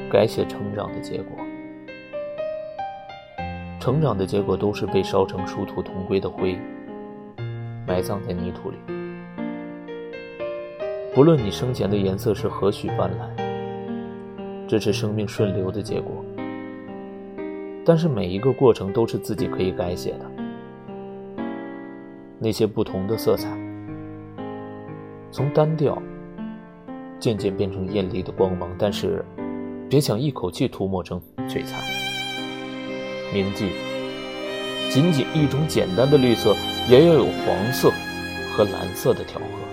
改写成长的结果。成长的结果都是被烧成殊途同归的灰，埋葬在泥土里。不论你生前的颜色是何许斑斓，这是生命顺流的结果。但是每一个过程都是自己可以改写的。那些不同的色彩，从单调渐渐变成艳丽的光芒，但是别想一口气涂抹成璀璨。铭记，仅仅一种简单的绿色，也要有黄色和蓝色的调和。